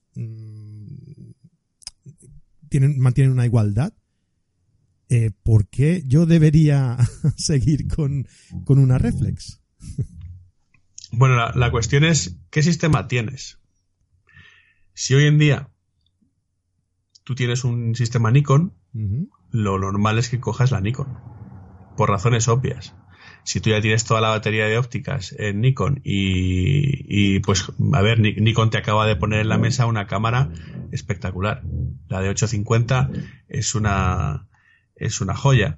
[SPEAKER 1] mantienen una igualdad, ¿por qué yo debería seguir con una reflex?
[SPEAKER 2] Bueno, la cuestión es ¿qué sistema tienes? Si hoy en día tú tienes un sistema Nikon, lo normal es que cojas la Nikon, por razones obvias. Si tú ya tienes toda la batería de ópticas en Nikon y pues, a ver, Nikon te acaba de poner en la mesa una cámara espectacular. La de 850 es una joya.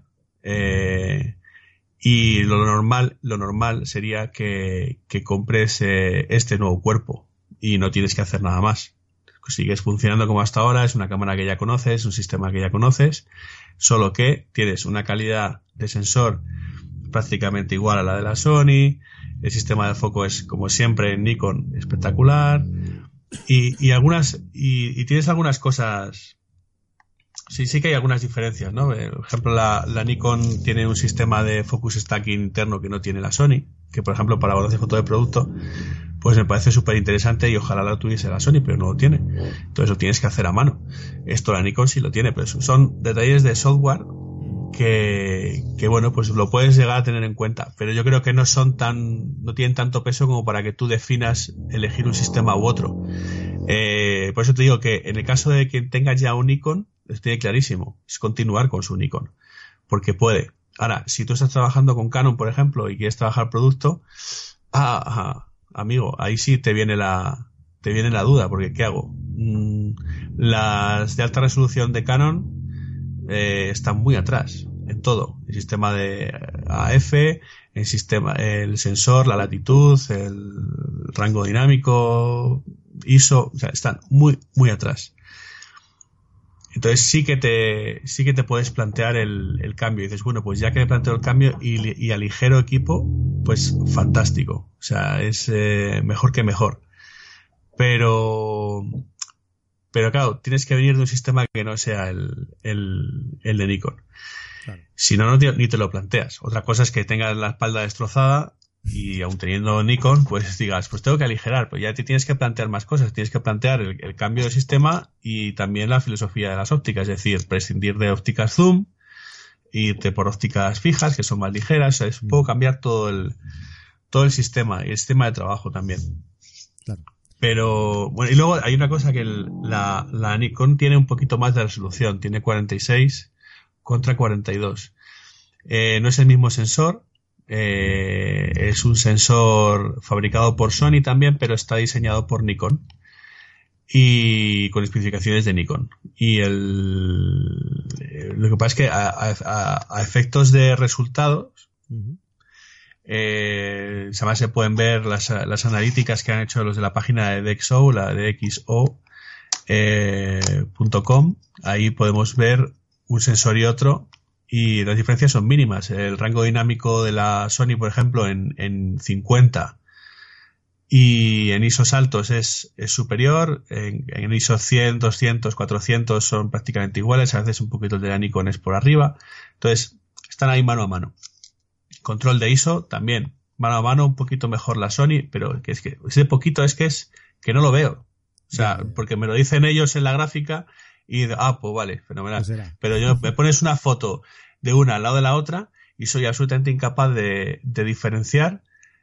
[SPEAKER 2] Y lo normal sería que compres este nuevo cuerpo y no tienes que hacer nada más. Sigues funcionando como hasta ahora, es una cámara que ya conoces, un sistema que ya conoces, solo que tienes una calidad de sensor prácticamente igual a la de la Sony, el sistema de foco es como siempre en Nikon espectacular y tienes algunas cosas. Sí que hay algunas diferencias, ¿no? Por ejemplo, la Nikon tiene un sistema de focus stacking interno que no tiene la Sony, que por ejemplo para hacer foto de producto pues me parece súper interesante y ojalá lo tuviese la Sony, pero no lo tiene. Entonces lo tienes que hacer a mano. Esto la Nikon sí lo tiene, pero son detalles de software que bueno, pues lo puedes llegar a tener en cuenta, pero yo creo que no tienen tanto peso como para que tú definas elegir un sistema u otro. Por eso te digo que en el caso de quien tenga ya un Nikon, lo tiene clarísimo, es continuar con su Nikon, porque puede. Ahora, si tú estás trabajando con Canon, por ejemplo, y quieres trabajar producto, amigo, ahí sí te viene la duda, porque ¿qué hago? Las de alta resolución de Canon están muy atrás en todo, el sistema de AF, el sensor, la latitud, el rango dinámico, ISO, o sea, están muy muy atrás. Entonces sí que te puedes plantear el cambio. Y dices, bueno, pues ya que me planteo el cambio y aligero equipo, pues fantástico. O sea, es mejor que mejor. Pero claro, tienes que venir de un sistema que no sea el de Nikon. Claro. Si no, ni te lo planteas. Otra cosa es que tengas la espalda destrozada y aun teniendo Nikon, pues digas, pues tengo que aligerar, pero ya te tienes que plantear más cosas, tienes que plantear el cambio de sistema y también la filosofía de las ópticas, es decir, prescindir de ópticas zoom, irte por ópticas fijas, que son más ligeras, es un poco cambiar todo el sistema y el sistema de trabajo también. Claro. Pero, bueno, y luego hay una cosa que la Nikon tiene un poquito más de resolución, tiene 46 contra 42. No es el mismo sensor. Es un sensor fabricado por Sony también, pero está diseñado por Nikon y con especificaciones de Nikon. Y lo que pasa es que a efectos de resultados, además se pueden ver las analíticas que han hecho los de la página de DxO, la de DxO.com. Ahí podemos ver un sensor y otro. Y las diferencias son mínimas. El rango dinámico de la Sony, por ejemplo, en 50 y en ISOs altos es superior. En ISO 100, 200, 400 son prácticamente iguales. A veces un poquito el de la Nikon es por arriba. Entonces, están ahí mano a mano. Control de ISO también. Mano a mano, un poquito mejor la Sony, pero es que ese poquito es que no lo veo. O sea, porque me lo dicen ellos en la gráfica y pues vale, fenomenal. Pero me pones una foto de una al lado de la otra y soy absolutamente incapaz de diferenciar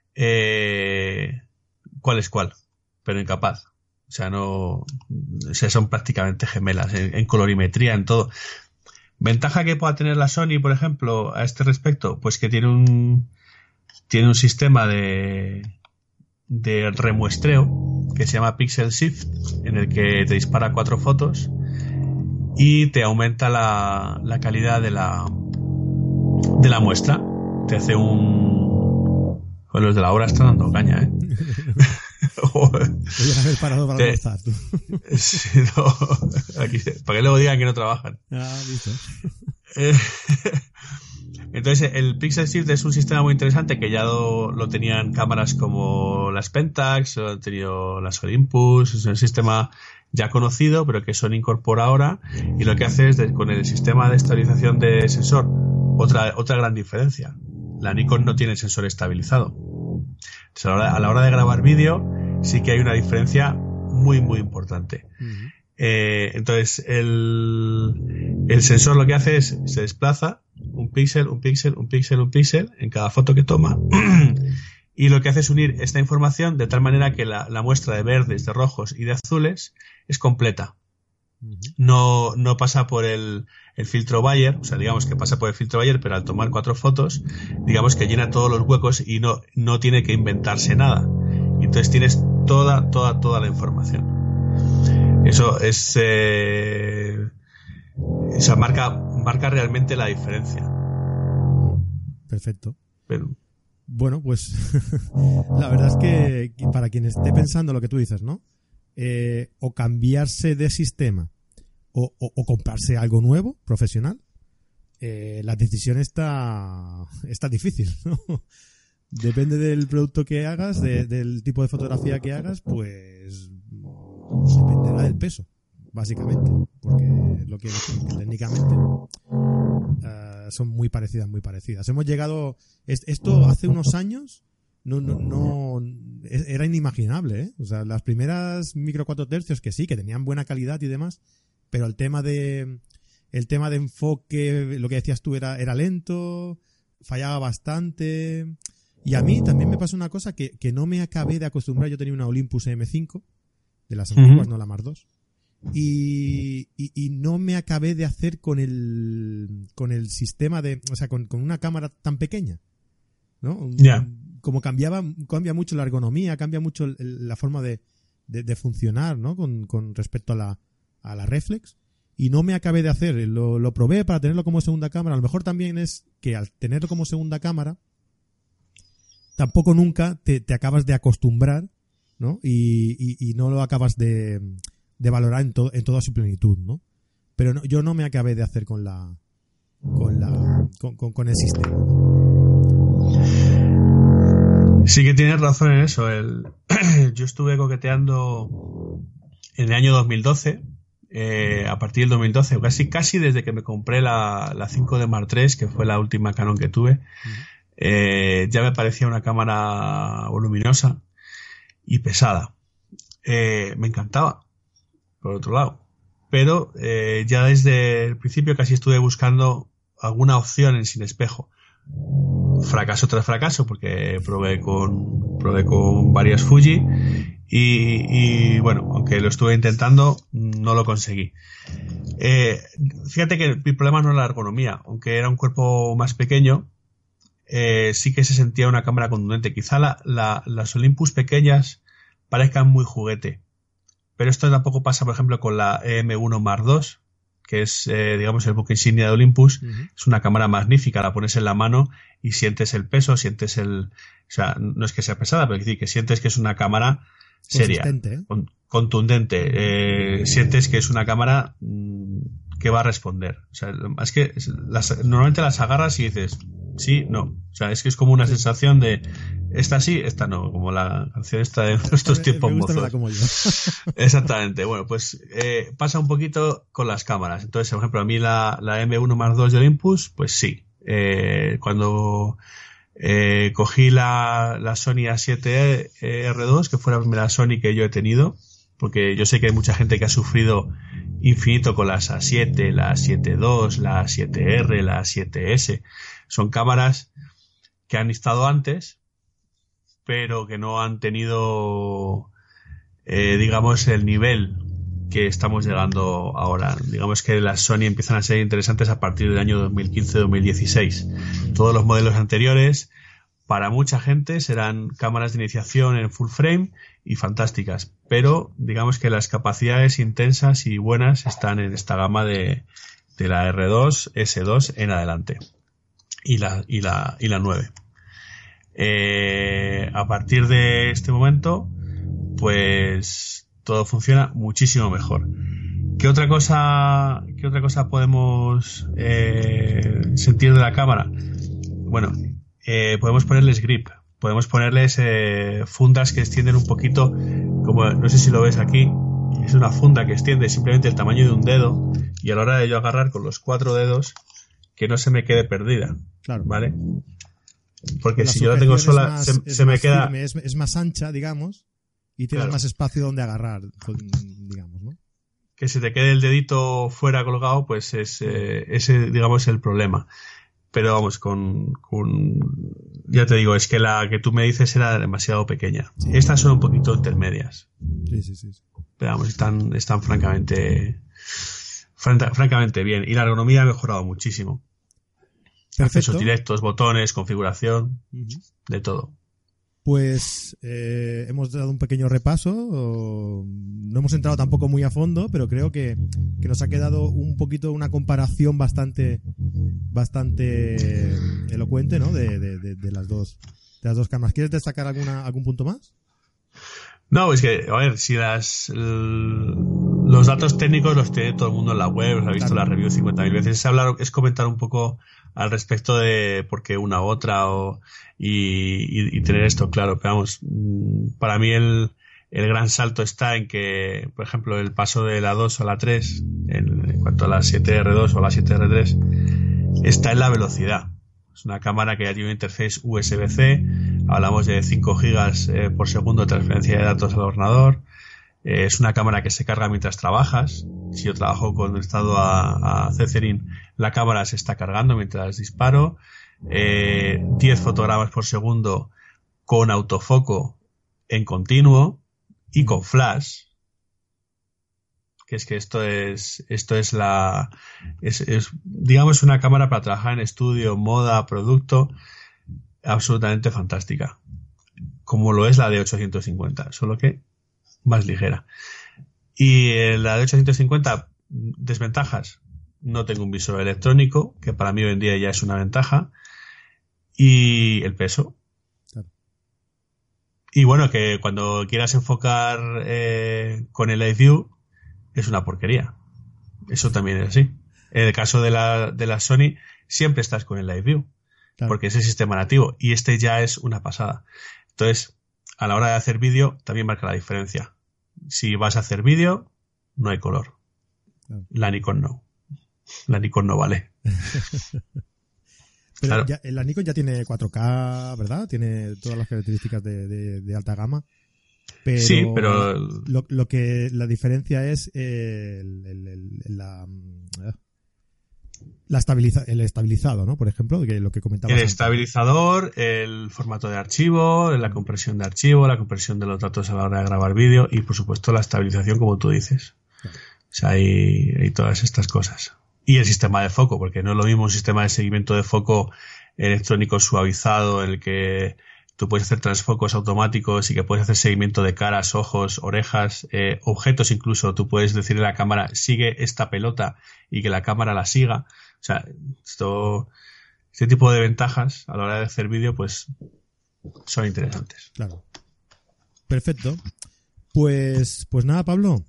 [SPEAKER 2] cuál es cuál, pero incapaz. O sea, son prácticamente gemelas en colorimetría, en todo. Ventaja que pueda tener la Sony, por ejemplo, a este respecto, pues que tiene un sistema de remuestreo que se llama Pixel Shift, en el que te dispara 4 fotos y te aumenta la calidad de la muestra. Te hace Pues los de la obra están dando caña,
[SPEAKER 1] Podrían haber parado para almorzar, tú.
[SPEAKER 2] Sí, no, para que luego digan que no trabajan.
[SPEAKER 1] Listo.
[SPEAKER 2] Entonces el Pixel Shift es un sistema muy interesante que ya lo tenían cámaras como las Pentax, lo han tenido las Olympus, es un sistema ya conocido, pero que Sony incorpora ahora, y lo que hace es, con el sistema de estabilización de sensor, otra gran diferencia. La Nikon no tiene el sensor estabilizado. Entonces, a la hora de grabar vídeo, sí que hay una diferencia muy, muy importante. Uh-huh. Entonces, el sensor lo que hace es, se desplaza un píxel en cada foto que toma, y lo que hace es unir esta información de tal manera que la muestra de verdes, de rojos y de azules es completa. Uh-huh. No pasa por el filtro Bayer, o sea, digamos que pasa por el filtro Bayer, pero al tomar 4 fotos, digamos que llena todos los huecos y no tiene que inventarse nada. Y entonces tienes toda la información. Eso es, o sea, marca realmente la diferencia.
[SPEAKER 1] Perfecto. Bueno, pues la verdad es que para quien esté pensando lo que tú dices, ¿no? O cambiarse de sistema o comprarse algo nuevo, profesional, la decisión está difícil, ¿no? Depende del producto que hagas, del tipo de fotografía que hagas, pues dependerá del peso, básicamente, porque lo que técnicamente son muy parecidas. Hemos llegado, esto hace unos años no era inimaginable, ¿eh? O sea, las primeras micro 4 tercios que sí, que tenían buena calidad y demás, pero el tema de enfoque, lo que decías tú, era lento, fallaba bastante. Y a mí también me pasó una cosa que no me acabé de acostumbrar. Yo tenía una Olympus M5 de las antiguas, no la Mark II, y no me acabé de hacer con el sistema o sea, con una cámara tan pequeña, ¿no?
[SPEAKER 2] Yeah.
[SPEAKER 1] Como cambia mucho la ergonomía, cambia mucho la forma de funcionar, ¿no? Con respecto a la reflex, y no me acabé de hacer. Lo probé para tenerlo como segunda cámara. A lo mejor también es que al tenerlo como segunda cámara tampoco nunca te acabas de acostumbrar, ¿no? Y no lo acabas de valorar en toda su plenitud, ¿no? Pero yo no me acabé de hacer con el sistema, ¿no?
[SPEAKER 2] Sí que tienes razón en eso. Yo estuve coqueteando en el año 2012, a partir del 2012, casi desde que me compré la 5D Mark III, que fue la última Canon que tuve. Ya me parecía una cámara voluminosa y pesada. Me encantaba, por otro lado. Pero ya desde el principio casi estuve buscando alguna opción en sin espejo. Fracaso tras fracaso, porque probé con varias Fuji y bueno, aunque lo estuve intentando, no lo conseguí. Fíjate que el problema no es la ergonomía, aunque era un cuerpo más pequeño. Sí que se sentía una cámara contundente. Quizá las Olympus pequeñas parezcan muy juguete, pero esto tampoco pasa, por ejemplo, con la EM1 Mark II, que es, digamos, el buque insignia de Olympus. Uh-huh. Es una cámara magnífica, la pones en la mano y sientes el peso, o sea, no es que sea pesada, pero es decir, que sientes que es una cámara seria, contundente. Sientes que es una cámara que va a responder. O sea, es que normalmente las agarras y dices sí, no. O sea, es que es como una sensación de esta sí, esta no, como la canción esta de nuestros tiempos mozos. Como yo. Exactamente. Bueno, pues pasa un poquito con las cámaras. Entonces, por ejemplo, a mí la M1 Mark II de Olympus, pues sí. Cuando cogí la Sony A7 R2, que fue la primera Sony que yo he tenido, porque yo sé que hay mucha gente que ha sufrido infinito con las A7, la A7 II, la A7R, la A7S. Son cámaras que han estado antes, pero que no han tenido, digamos, el nivel que estamos llegando ahora. Digamos que las Sony empiezan a ser interesantes a partir del año 2015-2016. Todos los modelos anteriores, para mucha gente, serán cámaras de iniciación en full frame y fantásticas, pero digamos que las capacidades intensas y buenas están en esta gama de la R2, S2 en adelante. Y la 9. A partir de este momento, pues todo funciona muchísimo mejor. ¿Qué otra cosa podemos sentir de la cámara? bueno, podemos ponerles grip, podemos ponerles fundas que extienden un poquito, como no sé si lo ves aquí, es una funda que extiende simplemente el tamaño de un dedo, y a la hora de yo agarrar con los 4 dedos, que no se me quede perdida,
[SPEAKER 1] claro.
[SPEAKER 2] ¿vale? Porque si yo la tengo sola, se me queda...
[SPEAKER 1] Firme, es más ancha, digamos, y tienes más espacio donde agarrar, digamos, ¿no?
[SPEAKER 2] Que se te quede el dedito fuera colgado, pues ese, digamos, el problema. Pero vamos, ya te digo, es que la que tú me dices era demasiado pequeña. Sí. Estas son un poquito intermedias.
[SPEAKER 1] Sí.
[SPEAKER 2] Pero vamos, están francamente bien. Y la ergonomía ha mejorado muchísimo.
[SPEAKER 1] Perfecto.
[SPEAKER 2] Accesos directos, botones, configuración, de todo.
[SPEAKER 1] Pues hemos dado un pequeño repaso, no hemos entrado tampoco muy a fondo, pero creo que nos ha quedado un poquito una comparación bastante elocuente, ¿no? de las dos cámaras. ¿Quieres destacar algún punto más?
[SPEAKER 2] No, es que, a ver, si los datos técnicos los tiene todo el mundo en la web, los ha visto la review 50.000 veces. Es comentar un poco al respecto de por qué una u otra y tener esto claro. Pero vamos, para mí el gran salto está en que, por ejemplo, el paso de la 2 a la 3, en cuanto a la 7R2 o la 7R3, está en la velocidad. Es una cámara que ya tiene una interface USB-C, hablamos de 5 gigas por segundo de transferencia de datos al ordenador. Es una cámara que se carga mientras trabajas. Si yo trabajo conectado a Cetherin, la cámara se está cargando mientras disparo. 10 fotogramas por segundo con autofoco en continuo y con flash. Que es que esto es digamos una cámara para trabajar en estudio, moda, producto, absolutamente fantástica. Como lo es la de 850, solo que más ligera. Y la de 850, desventajas, no tengo un visor electrónico, que para mí hoy en día ya es una ventaja, y el peso. Claro. Y bueno, que cuando quieras enfocar con el Live View es una porquería. Eso también es así. En el caso de la Sony, siempre estás con el Live View, claro, porque es el sistema nativo, y este ya es una pasada. Entonces, a la hora de hacer vídeo también marca la diferencia. Si vas a hacer vídeo, no hay color. Claro. La Nikon no vale.
[SPEAKER 1] Pero claro, la Nikon ya tiene 4K, ¿verdad? Tiene todas las características de alta gama. Pero
[SPEAKER 2] sí, pero
[SPEAKER 1] lo que la diferencia es el estabilizado, ¿no? Por ejemplo, que lo que comentabas.
[SPEAKER 2] El estabilizador, el formato de archivo, la compresión de archivo, la compresión de los datos a la hora de grabar vídeo y, por supuesto, la estabilización, como tú dices. Claro. O sea, hay todas estas cosas. Y el sistema de foco, porque no es lo mismo un sistema de seguimiento de foco electrónico suavizado en el que tú puedes hacer transfocos automáticos y que puedes hacer seguimiento de caras, ojos, orejas, objetos incluso. Tú puedes decirle a la cámara, sigue esta pelota, y que la cámara la siga. O sea, este tipo de ventajas a la hora de hacer vídeo, pues son interesantes.
[SPEAKER 1] Claro. Perfecto. Pues nada, Pablo.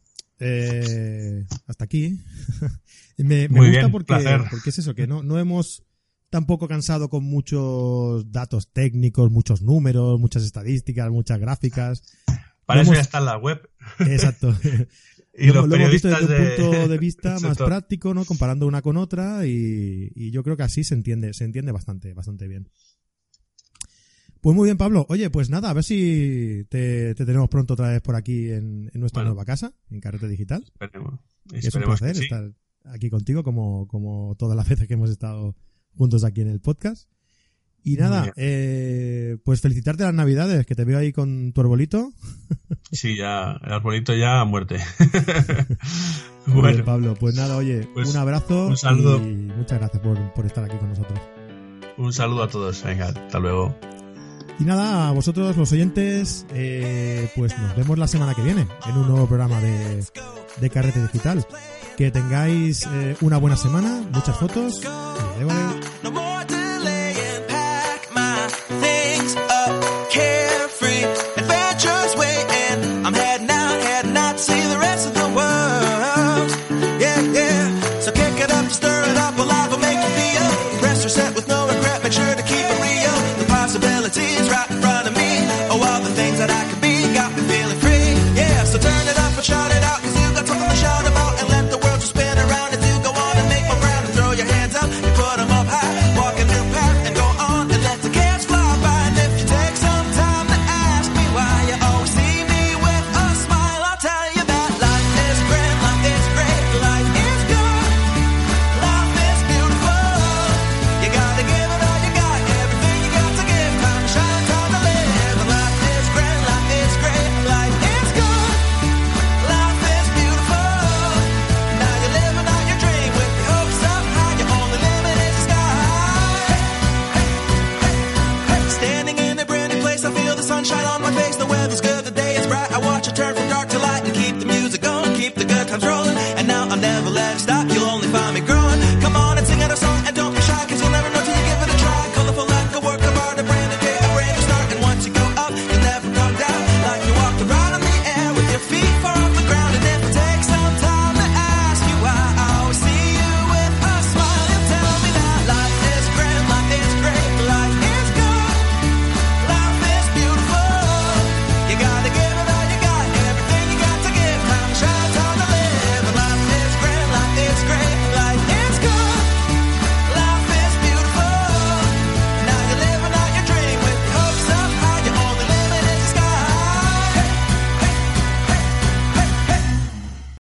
[SPEAKER 1] Hasta aquí. me
[SPEAKER 2] Muy
[SPEAKER 1] gusta
[SPEAKER 2] bien,
[SPEAKER 1] porque es eso, que no hemos tampoco cansado con muchos datos técnicos, muchos números, muchas estadísticas, muchas gráficas.
[SPEAKER 2] Para eso ya está en la web.
[SPEAKER 1] Exacto.
[SPEAKER 2] Y los periodistas
[SPEAKER 1] lo hemos visto desde un punto de vista más práctico, ¿no? Comparando una con otra, y yo creo que así se entiende bastante bien. Pues muy bien, Pablo. Oye, pues nada, a ver si te tenemos pronto otra vez por aquí en nuestra nueva casa, en Carrete Digital.
[SPEAKER 2] Esperemos
[SPEAKER 1] es un placer estar aquí contigo, como todas las veces que hemos estado juntos aquí en el podcast. Y nada, pues felicitarte las Navidades, que te veo ahí con tu arbolito.
[SPEAKER 2] Sí, ya, el arbolito ya a muerte.
[SPEAKER 1] Bueno, bien, Pablo, pues nada, oye, pues un abrazo,
[SPEAKER 2] un saludo,
[SPEAKER 1] y muchas gracias por estar aquí con nosotros.
[SPEAKER 2] Un saludo a todos, venga, hasta luego.
[SPEAKER 1] Y nada, a vosotros los oyentes, pues nos vemos la semana que viene en un nuevo programa de Carrete Digital. Que tengáis una buena semana, muchas fotos y adiós.
[SPEAKER 3] So kick it up, stir it up, well, I'll make you feel. Press reset with no regret, make sure to keep it time's rolling.